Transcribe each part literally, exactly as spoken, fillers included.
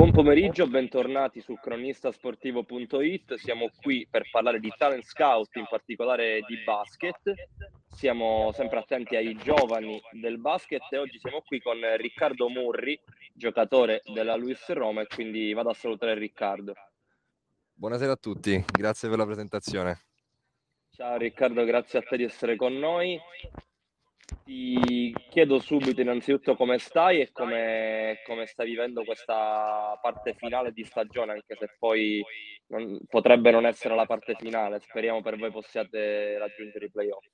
Buon pomeriggio, bentornati su cronistasportivo punto it. Siamo qui per parlare di talent scout, in particolare di basket. Siamo sempre attenti ai giovani del basket e oggi siamo qui con Riccardo Murri, giocatore della Luis Roma, e quindi vado a salutare Riccardo. Buonasera a tutti, grazie per la presentazione. Ciao Riccardo, grazie a te di essere con noi. Ti chiedo subito innanzitutto come stai e come, come stai vivendo questa parte finale di stagione, anche se poi non- potrebbe non essere la parte finale. Speriamo per voi possiate raggiungere i playoff.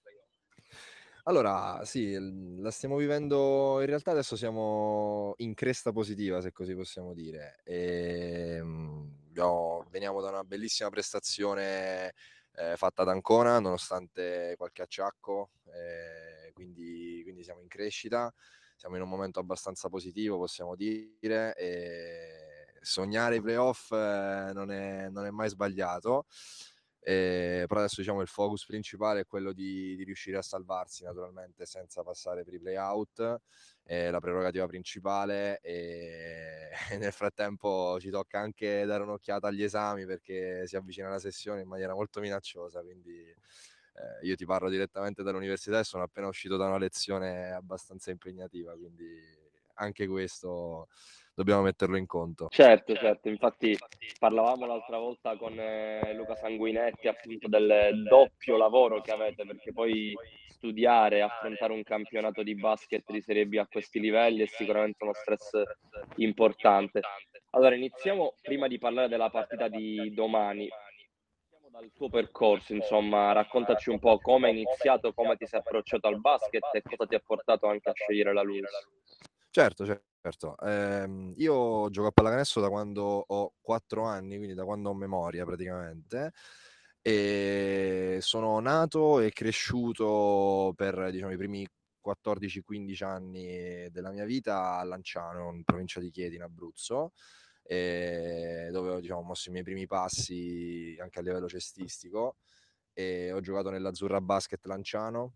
Allora, sì, l- la stiamo vivendo, in realtà adesso siamo in cresta positiva, se così possiamo dire. E, mm, abbiamo- veniamo da una bellissima prestazione eh, fatta ad Ancona, nonostante qualche acciacco, eh, quindi, quindi siamo in crescita, siamo in un momento abbastanza positivo, possiamo dire, e sognare i playoff eh, non è, non è mai sbagliato. Eh, però adesso diciamo il focus principale è quello di, di riuscire a salvarsi naturalmente senza passare per i play-out, è la prerogativa principale e, e nel frattempo ci tocca anche dare un'occhiata agli esami perché si avvicina la sessione in maniera molto minacciosa, quindi eh, io ti parlo direttamente dall'università e sono appena uscito da una lezione abbastanza impegnativa, quindi anche questo dobbiamo metterlo in conto. Certo, certo, infatti parlavamo l'altra volta con eh, Luca Sanguinetti appunto del doppio lavoro che avete, perché poi studiare e affrontare un campionato di basket di Serie B a questi livelli è sicuramente uno stress importante. Allora, iniziamo prima di parlare della partita di domani. Iniziamo dal tuo percorso, insomma, raccontaci un po' come hai iniziato, come ti sei approcciato al basket e cosa ti ha portato anche a scegliere la Luis. Certo, certo. Ehm, io gioco a pallacanestro da quando ho quattro anni, quindi da quando ho memoria praticamente. E sono nato e cresciuto per, diciamo, i primi quattordici quindici anni della mia vita a Lanciano, in provincia di Chieti, in Abruzzo, e dove ho, diciamo, mosso i miei primi passi anche a livello cestistico. E ho giocato nell'Azzurra Basket Lanciano,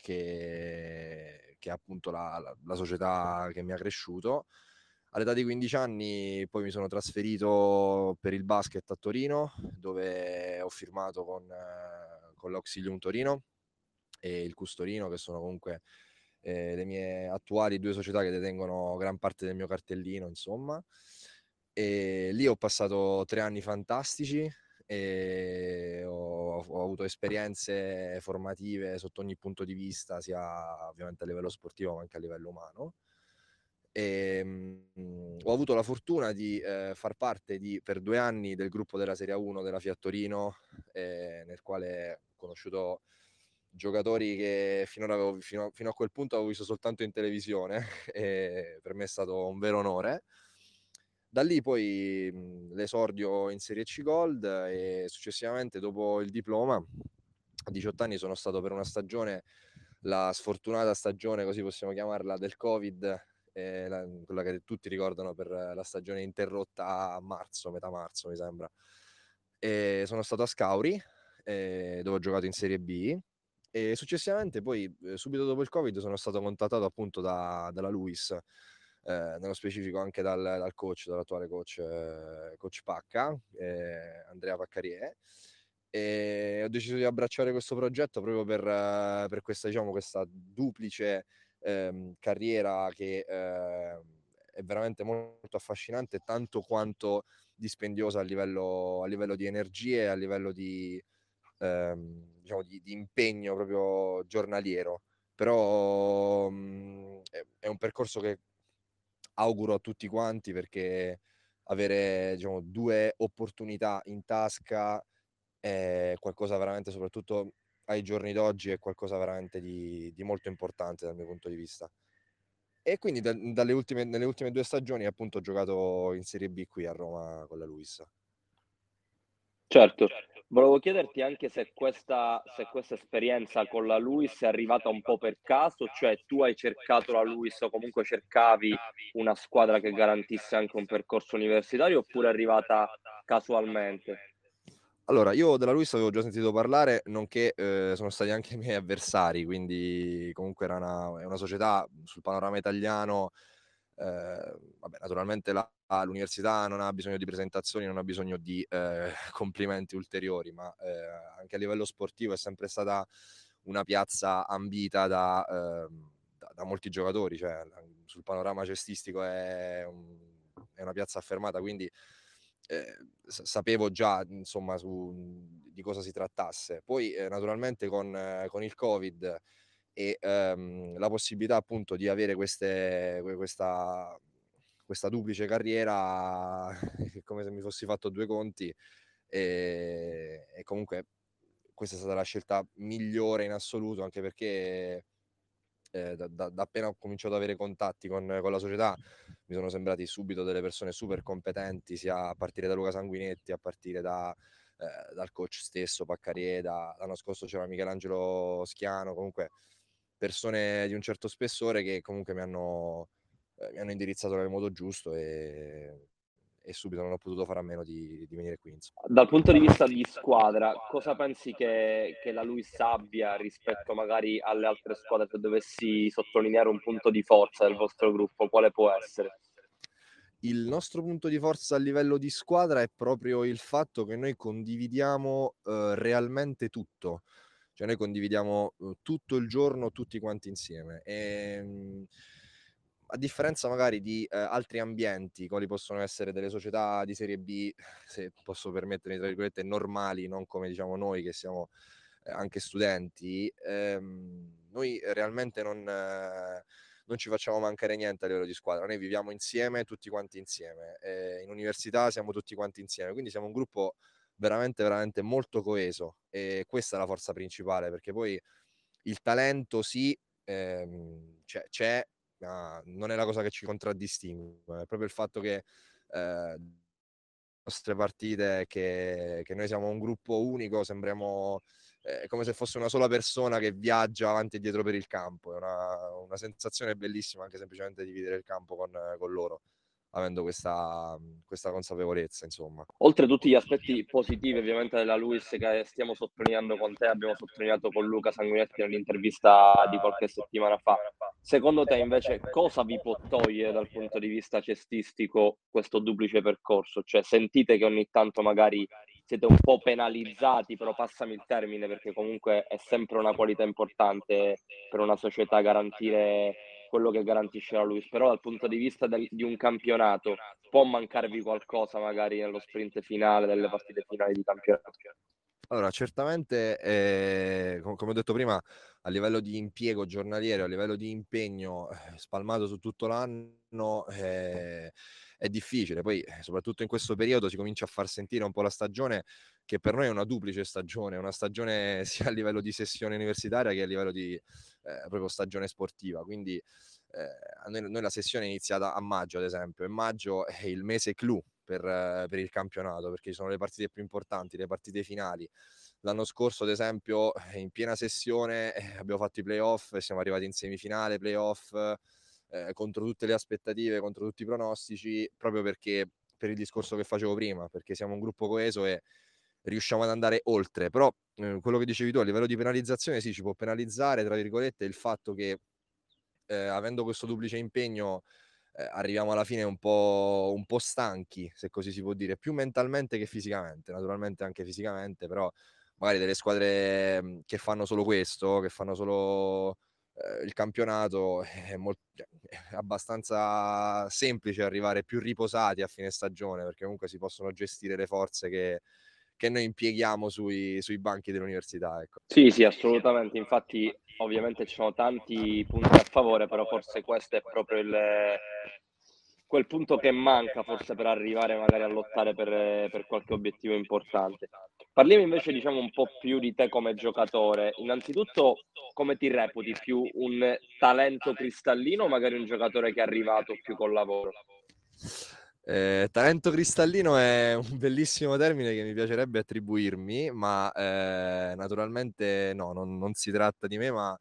che, che è appunto la, la, la società che mi ha cresciuto. All'età di quindici anni poi mi sono trasferito per il basket a Torino, dove ho firmato con, eh, con l'Auxilium Torino e il Custorino, che sono comunque eh, le mie attuali due società che detengono gran parte del mio cartellino, insomma. E lì ho passato tre anni fantastici e ho, ho avuto esperienze formative sotto ogni punto di vista, sia ovviamente a livello sportivo ma anche a livello umano. E, mh, ho avuto la fortuna di eh, far parte di, per due anni del gruppo della Serie uno della Fiat Torino, eh, nel quale ho conosciuto giocatori che finora avevo, fino, fino a quel punto avevo visto soltanto in televisione e per me è stato un vero onore. Da lì poi mh, l'esordio in Serie C Gold e successivamente dopo il diploma a diciotto anni sono stato per una stagione, la sfortunata stagione, così possiamo chiamarla, del Covid, eh, la, quella che tutti ricordano per la stagione interrotta a marzo, metà marzo mi sembra. E sono stato a Scauri, eh, dove ho giocato in Serie B, e successivamente poi, eh, subito dopo il Covid, sono stato contattato appunto da, dalla Luis, eh, nello specifico anche dal, dal coach, dall'attuale coach, eh, coach Pacca, eh, Andrea Paccarie, e ho deciso di abbracciare questo progetto proprio per, eh, per questa, diciamo, questa duplice ehm, carriera che eh, è veramente molto affascinante, tanto quanto dispendiosa a livello, a livello di energie e a livello di, ehm, diciamo, di, di impegno proprio giornaliero. Però mh, è, è un percorso che auguro a tutti quanti, perché avere, diciamo, due opportunità in tasca è qualcosa veramente, soprattutto ai giorni d'oggi, è qualcosa veramente di, di molto importante dal mio punto di vista. E quindi da, dalle ultime, nelle ultime due stagioni appunto ho giocato in Serie B qui a Roma con la Luis. Certo, volevo chiederti anche se questa, se questa esperienza con la Luis è arrivata un po' per caso, cioè tu hai cercato la Luis o comunque cercavi una squadra che garantisse anche un percorso universitario, oppure è arrivata casualmente? Allora, io della Luis avevo già sentito parlare, nonché eh, sono stati anche i miei avversari, quindi comunque era una, è una società sul panorama italiano Eh, vabbè, naturalmente la, l'università non ha bisogno di presentazioni, non ha bisogno di eh, complimenti ulteriori, ma eh, anche a livello sportivo è sempre stata una piazza ambita da, eh, da, da molti giocatori, cioè sul panorama cestistico è, un, è una piazza affermata, quindi eh, sapevo già insomma su, di cosa si trattasse. Poi eh, naturalmente con, eh, con il Covid e ehm, la possibilità appunto di avere queste, questa, questa duplice carriera è come se mi fossi fatto due conti e, e comunque questa è stata la scelta migliore in assoluto, anche perché eh, da, da, da appena ho cominciato ad avere contatti con, con la società mi sono sembrati subito delle persone super competenti, sia a partire da Luca Sanguinetti, a partire da, eh, dal coach stesso Paccarieda. L'anno scorso c'era Michelangelo Schiano, comunque persone di un certo spessore che comunque mi hanno, eh, mi hanno indirizzato nel modo giusto e, e subito non ho potuto fare a meno di, di venire qui. Insomma. Dal punto di vista di squadra, cosa pensi che, che la Luis abbia rispetto magari alle altre squadre? Se dovessi sottolineare un punto di forza del vostro gruppo, quale può essere? Il nostro punto di forza a livello di squadra è proprio il fatto che noi condividiamo eh, realmente tutto, cioè noi condividiamo eh, tutto il giorno tutti quanti insieme. E, mh, a differenza magari di eh, altri ambienti, quali possono essere delle società di serie B, se posso permettermi, tra virgolette, normali, non come diciamo noi che siamo eh, anche studenti, ehm, noi realmente non, eh, non ci facciamo mancare niente a livello di squadra, noi viviamo insieme, tutti quanti insieme, eh, in università siamo tutti quanti insieme, quindi siamo un gruppo veramente, veramente molto coeso e questa è la forza principale, perché poi il talento sì, ehm, c'è, c'è ma non è la cosa che ci contraddistingue, è proprio il fatto che eh, nostre partite che, che noi siamo un gruppo unico, sembriamo eh, come se fosse una sola persona che viaggia avanti e dietro per il campo. È una, una sensazione bellissima anche semplicemente dividere il campo con, con loro, avendo questa, questa consapevolezza, insomma. Oltre a tutti gli aspetti positivi ovviamente della Luis che stiamo sottolineando con te, abbiamo sottolineato con Luca Sanguinetti nell'intervista di qualche settimana fa, secondo te invece cosa vi può togliere dal punto di vista cestistico questo duplice percorso? Cioè sentite che ogni tanto magari siete un po' penalizzati, però passami il termine perché comunque è sempre una qualità importante per una società garantire quello che garantisce la Luis, però dal punto di vista del, di un campionato può mancarvi qualcosa magari nello sprint finale, delle partite finali di campionato? Allora, certamente, eh, com- come ho detto prima, a livello di impiego giornaliero, a livello di impegno eh, spalmato su tutto l'anno, eh, è difficile. Poi, eh, soprattutto in questo periodo, si comincia a far sentire un po' la stagione, che per noi è una duplice stagione, una stagione sia a livello di sessione universitaria che a livello di eh, proprio stagione sportiva. Quindi, eh, a noi, noi la sessione è iniziata a maggio, ad esempio, e maggio è il mese clou per, eh, per il campionato, perché ci sono le partite più importanti, le partite finali. L'anno scorso, ad esempio, in piena sessione eh, abbiamo fatto i playoff e siamo arrivati in semifinale, playoff, eh, contro tutte le aspettative, contro tutti i pronostici, proprio perché per il discorso che facevo prima, perché siamo un gruppo coeso e riusciamo ad andare oltre. Però eh, quello che dicevi tu a livello di penalizzazione, sì, ci può penalizzare, tra virgolette, il fatto che eh, avendo questo duplice impegno eh, arriviamo alla fine un po', un po' stanchi, se così si può dire, più mentalmente che fisicamente, naturalmente anche fisicamente, però magari delle squadre mh, che fanno solo questo, che fanno solo eh, il campionato, è, molto, è abbastanza semplice arrivare più riposati a fine stagione, perché comunque si possono gestire le forze che, che noi impieghiamo sui, sui banchi dell'università. Ecco. Sì, sì, assolutamente. Infatti, ovviamente ci sono tanti punti a favore, però forse questo è proprio il, quel punto che manca forse per arrivare magari a lottare per, per qualche obiettivo importante. Parliamo invece, diciamo, un po' più di te come giocatore. Innanzitutto, come ti reputi? Più un talento cristallino o magari un giocatore che è arrivato più col lavoro? Eh, talento cristallino è un bellissimo termine che mi piacerebbe attribuirmi, ma eh, naturalmente no, non, non si tratta di me, ma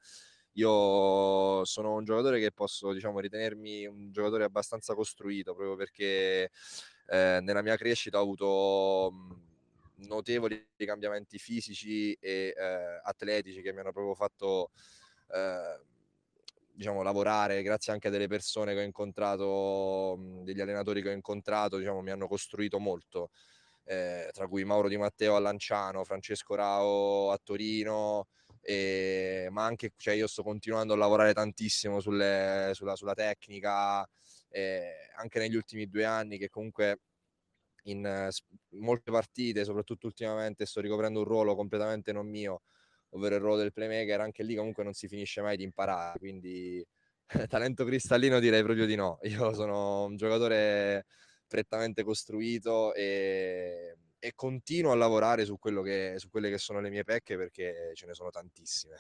io sono un giocatore che posso, diciamo, ritenermi un giocatore abbastanza costruito, proprio perché eh, nella mia crescita ho avuto mh, notevoli cambiamenti fisici e eh, atletici che mi hanno proprio fatto eh, diciamo, lavorare, grazie anche a delle persone che ho incontrato, degli allenatori che ho incontrato, diciamo, mi hanno costruito molto, eh, tra cui Mauro Di Matteo a Lanciano, Francesco Rao a Torino, e, ma anche, cioè, io sto continuando a lavorare tantissimo sulle, sulla, sulla tecnica, eh, anche negli ultimi due anni che comunque in uh, molte partite, soprattutto ultimamente, sto ricoprendo un ruolo completamente non mio, ovvero il ruolo del playmaker. Anche lì comunque non si finisce mai di imparare, quindi talento cristallino direi proprio di no. Io sono un giocatore prettamente costruito e, e continuo a lavorare su, quello che, su quelle che sono le mie pecche, perché ce ne sono tantissime.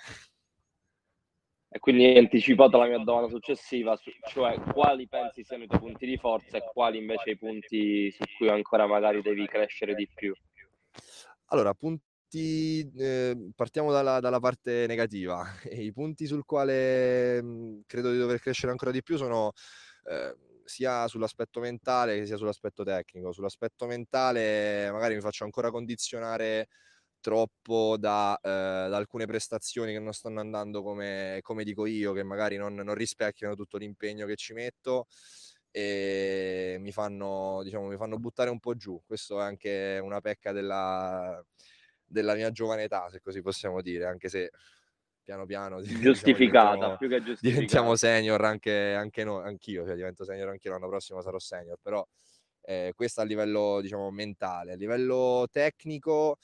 E quindi hai anticipato la mia domanda successiva, cioè quali pensi siano i tuoi punti di forza e quali invece i punti su cui ancora magari devi crescere di più? Allora, punti, eh, partiamo dalla, dalla parte negativa. I punti sul quale mh, credo di dover crescere ancora di più sono eh, sia sull'aspetto mentale che sia sull'aspetto tecnico. Sull'aspetto mentale magari mi faccio ancora condizionare troppo da, eh, da alcune prestazioni che non stanno andando come, come dico io, che magari non, non rispecchiano tutto l'impegno che ci metto e mi fanno, diciamo, mi fanno buttare un po' giù. Questo è anche una pecca della, della mia giovane età, se così possiamo dire, anche se piano piano diciamo, Giustificata, diventiamo, più che diventiamo giustificata. senior anche, anche noi, anch'io, cioè divento senior anche l'anno prossimo, sarò senior, però eh, questo a livello, diciamo, mentale. A livello tecnico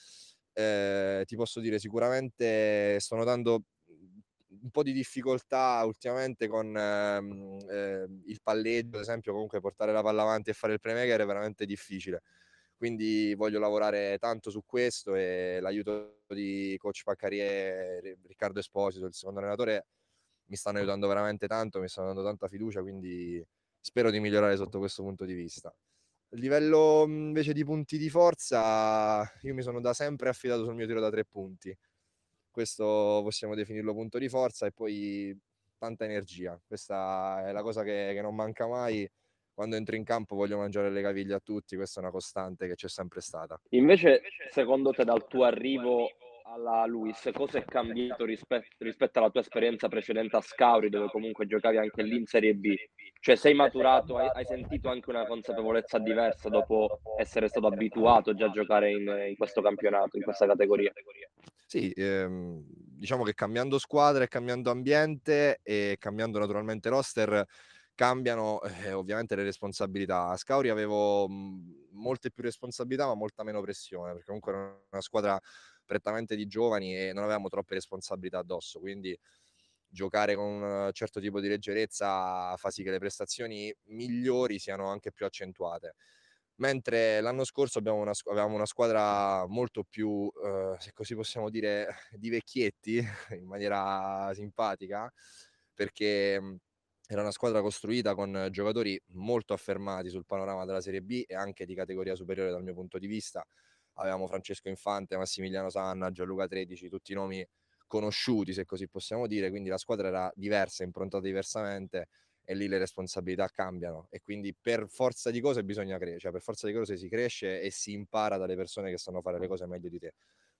eh, ti posso dire sicuramente sto notando un po' di difficoltà ultimamente con ehm, eh, il palleggio, ad esempio. Comunque portare la palla avanti e fare il playmaker è veramente difficile, quindi voglio lavorare tanto su questo, e l'aiuto di coach Paccarie, Riccardo Esposito, il secondo allenatore, mi stanno aiutando veramente tanto, mi stanno dando tanta fiducia, quindi spero di migliorare sotto questo punto di vista. A livello invece di punti di forza, io mi sono da sempre affidato sul mio tiro da tre punti. Questo possiamo definirlo punto di forza, e poi tanta energia. Questa è la cosa che, che non manca mai. Quando entro in campo voglio mangiare le caviglie a tutti, questa è una costante che c'è sempre stata. Invece, secondo te, dal tuo arrivo alla Luis, cosa è cambiato rispetto, rispetto alla tua esperienza precedente a Scauri, dove comunque giocavi anche lì in Serie B? Cioè, sei maturato, hai, hai sentito anche una consapevolezza diversa dopo essere stato abituato già a giocare in, in questo campionato, in questa categoria? Sì, ehm, diciamo che cambiando squadra e cambiando ambiente e cambiando naturalmente roster, cambiano eh, ovviamente le responsabilità. A Scauri avevo mh, molte più responsabilità, ma molta meno pressione, perché comunque era una squadra prettamente di giovani e non avevamo troppe responsabilità addosso, quindi giocare con un certo tipo di leggerezza fa sì che le prestazioni migliori siano anche più accentuate. Mentre l'anno scorso abbiamo una, avevamo una squadra molto più, eh, se così possiamo dire, di vecchietti, in maniera simpatica, perché era una squadra costruita con giocatori molto affermati sul panorama della Serie B e anche di categoria superiore dal mio punto di vista. Avevamo Francesco Infante, Massimiliano Sanna, Gianluca Tredici, tutti nomi conosciuti, se così possiamo dire, quindi la squadra era diversa, improntata diversamente, e lì le responsabilità cambiano, e quindi per forza di cose bisogna crescere, cioè per forza di cose si cresce e si impara dalle persone che sanno fare le cose meglio di te.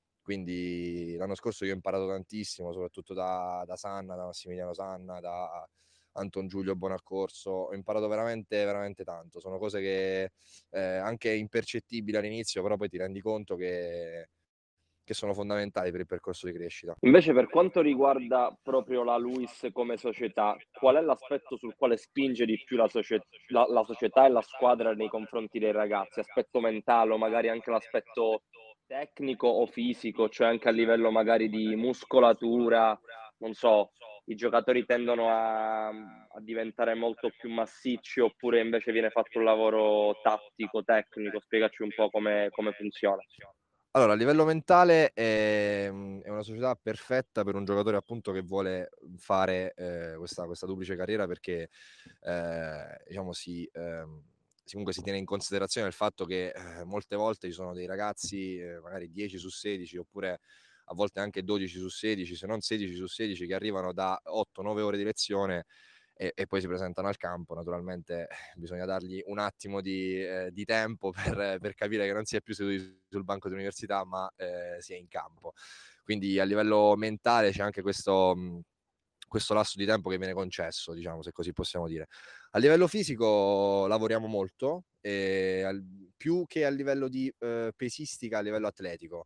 Quindi l'anno scorso io ho imparato tantissimo, soprattutto da, da Sanna, da Massimiliano Sanna, da Anton Giulio Bonaccorso. Ho imparato veramente, veramente tanto. Sono cose che eh, anche impercettibili all'inizio, però poi ti rendi conto che, che sono fondamentali per il percorso di crescita. Invece, per quanto riguarda proprio la Luis come società, qual è l'aspetto sul quale spinge di più la, socie- la- la società e la squadra nei confronti dei ragazzi? Aspetto mentale o magari anche l'aspetto tecnico o fisico, cioè anche a livello magari di muscolatura, non so, i giocatori tendono a, a diventare molto più massicci oppure invece viene fatto un lavoro tattico, tecnico? Spiegaci un po' come come funziona. Allora, a livello mentale è, è una società perfetta per un giocatore appunto che vuole fare eh, questa, questa duplice carriera, perché eh, diciamo si, ehm, si- comunque si tiene in considerazione il fatto che eh, molte volte ci sono dei ragazzi, eh, magari dieci su sedici, oppure a volte anche dodici su sedici, se non sedici su sedici, che arrivano da otto nove ore di lezione e, e poi si presentano al campo. Naturalmente eh, bisogna dargli un attimo di, eh, di tempo per, per capire che non si è più seduti sul banco di università, ma eh, si è in campo. Quindi a livello mentale c'è anche questo, mh, questo lasso di tempo che viene concesso, diciamo, se così possiamo dire. A livello fisico lavoriamo molto, e al, più che a livello di eh, pesistica, a livello atletico.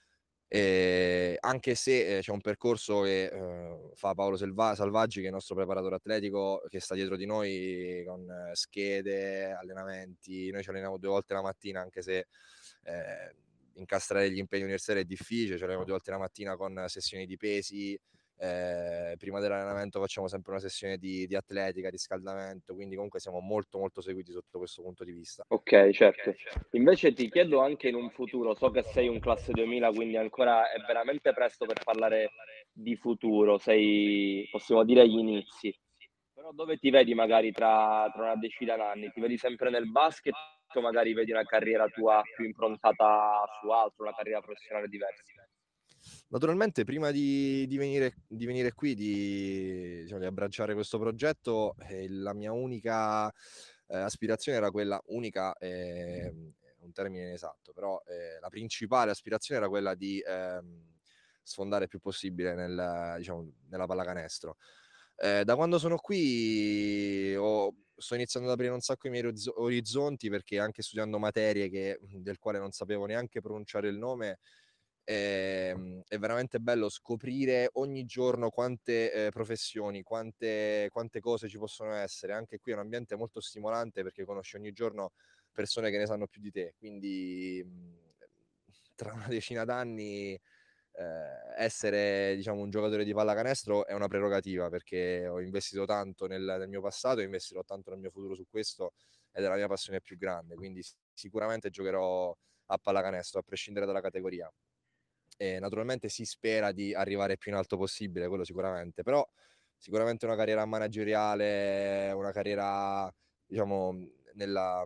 E anche se eh, c'è un percorso che eh, fa Paolo Selva- Salvaggi, che è il nostro preparatore atletico, che sta dietro di noi con eh, schede, allenamenti. Noi ci alleniamo due volte la mattina, anche se eh, incastrare gli impegni universitari è difficile. Ci alleniamo due volte la mattina con sessioni di pesi. Eh, prima dell'allenamento facciamo sempre una sessione di, di atletica, riscaldamento, quindi comunque siamo molto molto seguiti sotto questo punto di vista. Ok, certo. Invece ti chiedo anche in un futuro, so che sei un classe duemila, quindi ancora è veramente presto per parlare di futuro, sei, possiamo dire, agli inizi. Però dove ti vedi magari tra, tra una decina d'anni? Ti vedi sempre nel basket o magari vedi una carriera tua più improntata su altro, una carriera professionale diversa? Naturalmente, prima di, di, venire, di venire qui, di, diciamo, di abbracciare questo progetto, eh, la mia unica eh, aspirazione era quella, unica è un termine inesatto, però eh, la principale aspirazione era quella di ehm, sfondare il più possibile nel, diciamo, nella pallacanestro. Eh, da quando sono qui ho, sto iniziando ad aprire un sacco i miei orizzonti, perché anche studiando materie che, del quale non sapevo neanche pronunciare il nome, è, è veramente bello scoprire ogni giorno quante eh, professioni, quante, quante cose ci possono essere. Anche qui è un ambiente molto stimolante, perché conosci ogni giorno persone che ne sanno più di te, quindi tra una decina d'anni eh, essere, diciamo, un giocatore di pallacanestro è una prerogativa, perché ho investito tanto nel, nel mio passato, ho investito tanto nel mio futuro su questo, ed è la mia passione più grande, quindi sicuramente giocherò a pallacanestro a prescindere dalla categoria. E naturalmente si spera di arrivare più in alto possibile, quello sicuramente, però sicuramente una carriera manageriale, una carriera, diciamo, nella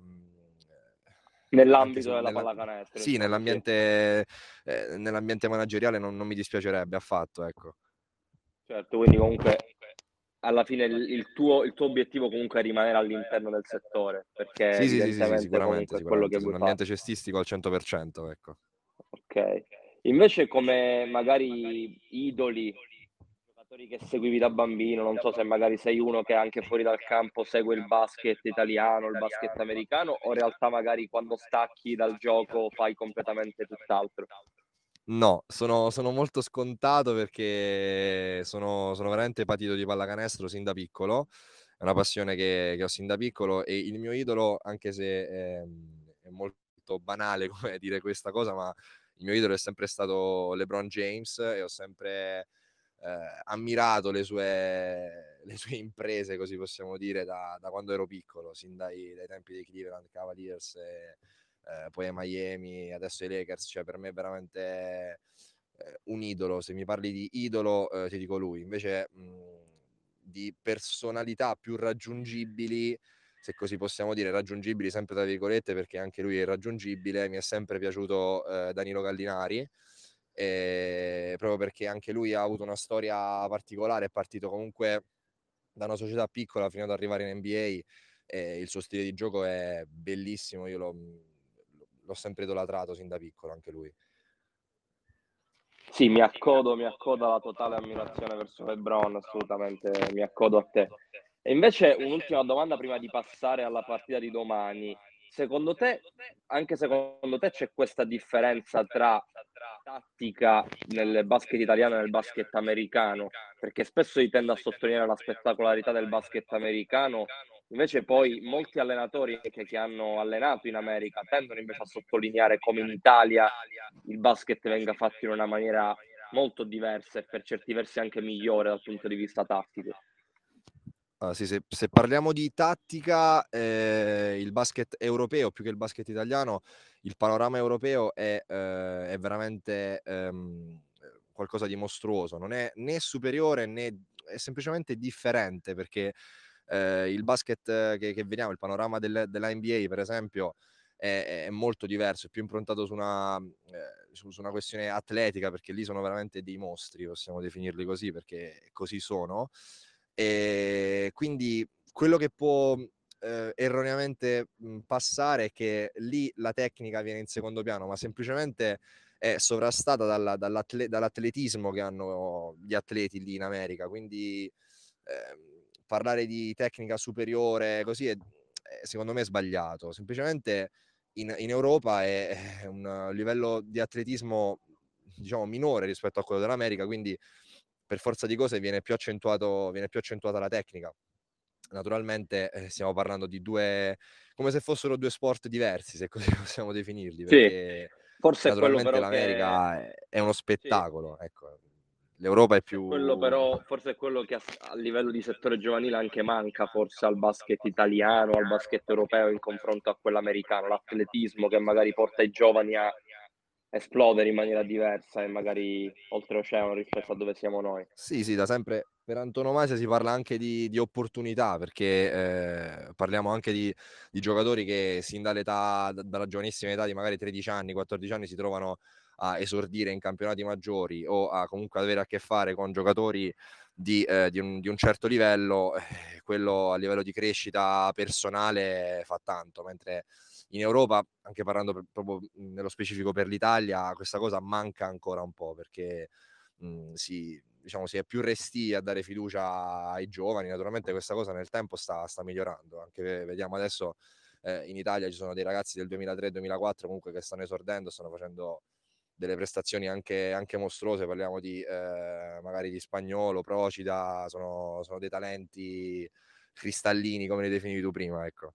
anche Nell'ambito se della nella, pallacanestro, sì, insomma, sì. nell'ambiente eh, nell'ambiente manageriale non, non mi dispiacerebbe affatto, ecco. Certo, quindi comunque alla fine il, il tuo, il tuo obiettivo comunque è rimanere all'interno del settore, perché Sì, sì, sì, sì, sì, evidentemente sicuramente, comunque è quello che sicuramente, vuoi fare. sull'ambiente cestistico al cento per cento, ecco. Ok. Invece come magari idoli, giocatori che seguivi da bambino, non so se magari sei uno che anche fuori dal campo segue il basket italiano, il basket americano, o in realtà magari quando stacchi dal gioco fai completamente tutt'altro. No, sono, sono molto scontato, perché sono, sono veramente patito di pallacanestro sin da piccolo. È una passione che, che ho sin da piccolo, e il mio idolo, anche se è, è molto banale come dire questa cosa, ma il mio idolo è sempre stato LeBron James, e ho sempre eh, ammirato le sue, le sue imprese, così possiamo dire, da, da quando ero piccolo, sin dai, dai tempi dei Cleveland Cavaliers, e, eh, poi ai Miami, adesso ai Lakers. Cioè, per me è veramente eh, un idolo. Se mi parli di idolo, eh, ti dico lui. Invece mh, di personalità più raggiungibili, se così possiamo dire, raggiungibili sempre tra virgolette, perché anche lui è irraggiungibile, mi è sempre piaciuto eh, Danilo Gallinari, eh, proprio perché anche lui ha avuto una storia particolare, è partito comunque da una società piccola fino ad arrivare in N B A. E il suo stile di gioco è bellissimo, io l'ho, l'ho sempre idolatrato sin da piccolo, anche lui. Sì, mi accodo, mi accodo alla totale ammirazione verso LeBron, assolutamente mi accodo a te. E invece un'ultima domanda prima di passare alla partita di domani. Secondo te, anche secondo te c'è questa differenza tra tattica nel basket italiano e nel basket americano? Perché spesso si tende a sottolineare la spettacolarità del basket americano, invece poi molti allenatori che, che hanno allenato in America tendono invece a sottolineare come in Italia il basket venga fatto in una maniera molto diversa e per certi versi anche migliore dal punto di vista tattico. Ah, sì, se, se parliamo di tattica, eh, il basket europeo più che il basket italiano, il panorama europeo è, eh, è veramente ehm, qualcosa di mostruoso. Non è né superiore né, è semplicemente differente, perché eh, il basket che, che vediamo, il panorama del, della N B A per esempio, è, è molto diverso, è più improntato su una, eh, su, su una questione atletica, perché lì sono veramente dei mostri, possiamo definirli così, perché così sono. E quindi quello che può eh, erroneamente mh, passare è che lì la tecnica viene in secondo piano, ma semplicemente è sovrastata dalla, dall'atle- dall'atletismo che hanno gli atleti lì in America, quindi ehm, parlare di tecnica superiore così è, è, secondo me è sbagliato. Semplicemente in, in Europa è, è un livello di atletismo, diciamo, minore rispetto a quello dell'America, quindi per forza di cose viene più accentuato, viene più accentuata la tecnica. Naturalmente eh, stiamo parlando di due, come se fossero due sport diversi, se così possiamo definirli, Sì, perché forse è quello naturalmente però che l'America è, è uno sì. spettacolo, ecco. L'Europa è Forse è quello più... però forse è quello che a s a livello di settore giovanile anche manca forse al basket italiano, al basket europeo in confronto a quello americano, l'atletismo che magari porta i giovani a esplodere in maniera diversa e magari oltreoceano rispetto a dove siamo noi. Sì, sì, da sempre per antonomasia si parla anche di, di opportunità, perché eh, parliamo anche di, di giocatori che sin dall'età, d- dalla giovanissima età di magari tredici anni, quattordici anni si trovano a esordire in campionati maggiori o a comunque avere a che fare con giocatori di, eh, di, un, di un certo livello, eh, quello a livello di crescita personale fa tanto, mentre in Europa, anche parlando per, proprio nello specifico per l'Italia, questa cosa manca ancora un po', perché mh, si, diciamo, si è più restii a dare fiducia ai giovani. Naturalmente questa cosa nel tempo sta, sta migliorando, anche vediamo adesso eh, in Italia ci sono dei ragazzi del duemilatré duemilaquattro comunque che stanno esordendo, stanno facendo delle prestazioni anche, anche mostruose. Parliamo di eh, magari di Spagnolo, Procida, sono, sono dei talenti cristallini come li definivi tu prima, ecco.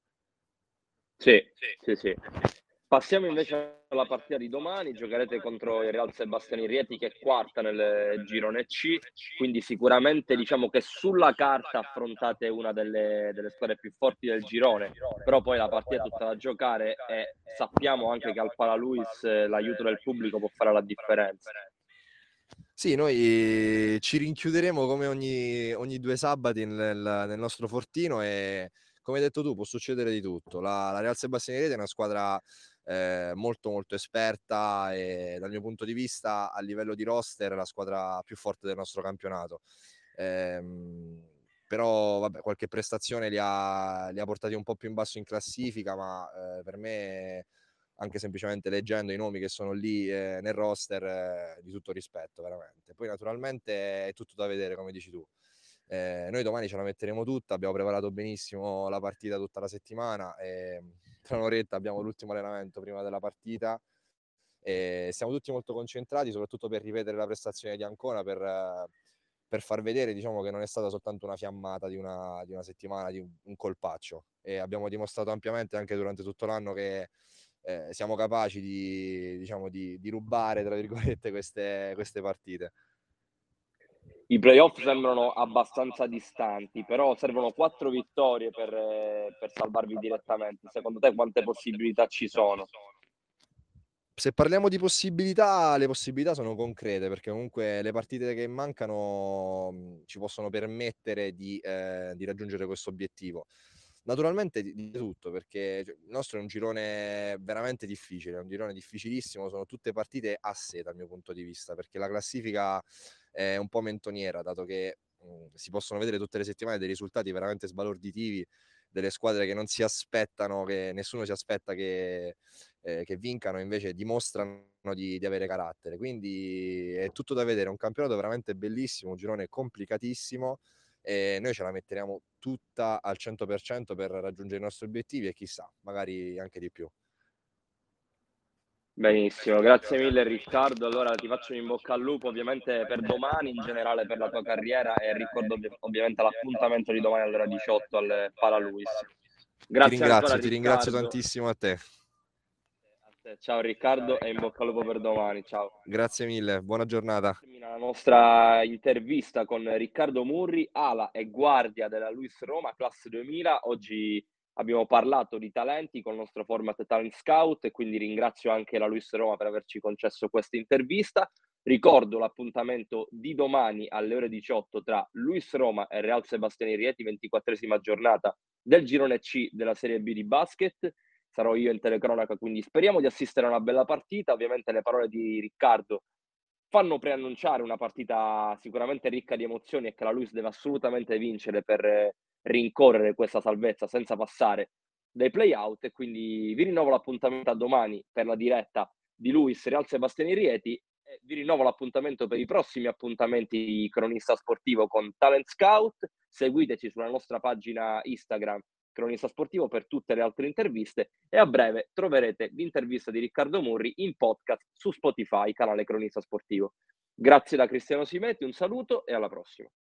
Sì, sì, sì. Passiamo invece alla partita di domani, giocherete contro il Real Sebastiani Rieti che è quarta nel girone C, quindi sicuramente diciamo che sulla carta affrontate una delle, delle squadre più forti del girone, però poi la partita è tutta da giocare e sappiamo anche che al Palaluis eh, l'aiuto del pubblico può fare la differenza. Sì, noi ci rinchiuderemo come ogni, ogni due sabati nel, nel nostro fortino e come hai detto tu può succedere di tutto. La, la Real Sebastiani Rete è una squadra eh, molto molto esperta e dal mio punto di vista a livello di roster è la squadra più forte del nostro campionato. Ehm, però vabbè, qualche prestazione li ha, li ha portati un po' più in basso in classifica, ma eh, per me anche semplicemente leggendo i nomi che sono lì eh, nel roster, eh, di tutto rispetto, veramente. Poi naturalmente è tutto da vedere, come dici tu. Eh, noi domani ce la metteremo tutta, abbiamo preparato benissimo la partita tutta la settimana e tra un'oretta abbiamo l'ultimo allenamento prima della partita e siamo tutti molto concentrati, soprattutto per ripetere la prestazione di Ancona, per, eh, per far vedere, diciamo, che non è stata soltanto una fiammata di una, di una settimana, di un, un colpaccio. E abbiamo dimostrato ampiamente anche durante tutto l'anno che eh, siamo capaci di, diciamo, di, di rubare, tra virgolette, queste, queste partite. I playoff sembrano abbastanza distanti, però servono quattro vittorie per, eh, per salvarvi direttamente. Secondo te quante possibilità ci sono? Se parliamo di possibilità, le possibilità sono concrete, perché comunque le partite che mancano mh, ci possono permettere di, eh, di raggiungere questo obiettivo. Naturalmente di, di tutto, perché cioè, il nostro è un girone veramente difficile, è un girone difficilissimo, sono tutte partite a sé dal mio punto di vista, perché la classifica è un po' mentoniera, dato che mh, si possono vedere tutte le settimane dei risultati veramente sbalorditivi, delle squadre che non si aspettano, che nessuno si aspetta che eh, che vincano, invece dimostrano di, di avere carattere. Quindi è tutto da vedere, è un campionato veramente bellissimo, un girone complicatissimo e noi ce la metteremo tutta al cento per cento per raggiungere i nostri obiettivi e chissà, magari anche di più. Benissimo, grazie mille Riccardo. Allora ti faccio un in bocca al lupo ovviamente per domani, in generale per la tua carriera e ricordo ovvi- ovviamente l'appuntamento di domani alle ore diciotto al Pala Luis. Ti Grazie ancora ringrazio, ti ringrazio Riccardo. tantissimo a te. A te. Ciao Riccardo e in bocca al lupo per domani. Ciao. Grazie mille, buona giornata. Termina la nostra intervista con Riccardo Murri, ala e guardia della Luis Roma, classe duemila. Oggi abbiamo parlato di talenti con il nostro format Talent Scout e quindi ringrazio anche la Luis Roma per averci concesso questa intervista. Ricordo l'appuntamento di domani alle ore diciotto tra Luis Roma e Real Sebastiani Rieti, ventiquattresima giornata del girone C della Serie B di basket. Sarò io in telecronaca, quindi speriamo di assistere a una bella partita. Ovviamente le parole di Riccardo fanno preannunciare una partita sicuramente ricca di emozioni e che la Luis deve assolutamente vincere per rincorrere questa salvezza senza passare dai play-out, e quindi vi rinnovo l'appuntamento a domani per la diretta di Luis Real Sebastiani Rieti, e vi rinnovo l'appuntamento per i prossimi appuntamenti di Cronista Sportivo con Talent Scout. Seguiteci sulla nostra pagina Instagram Cronista Sportivo per tutte le altre interviste, e a breve troverete l'intervista di Riccardo Murri in podcast su Spotify, canale Cronista Sportivo. Grazie da Cristiano Simetti, un saluto e alla prossima.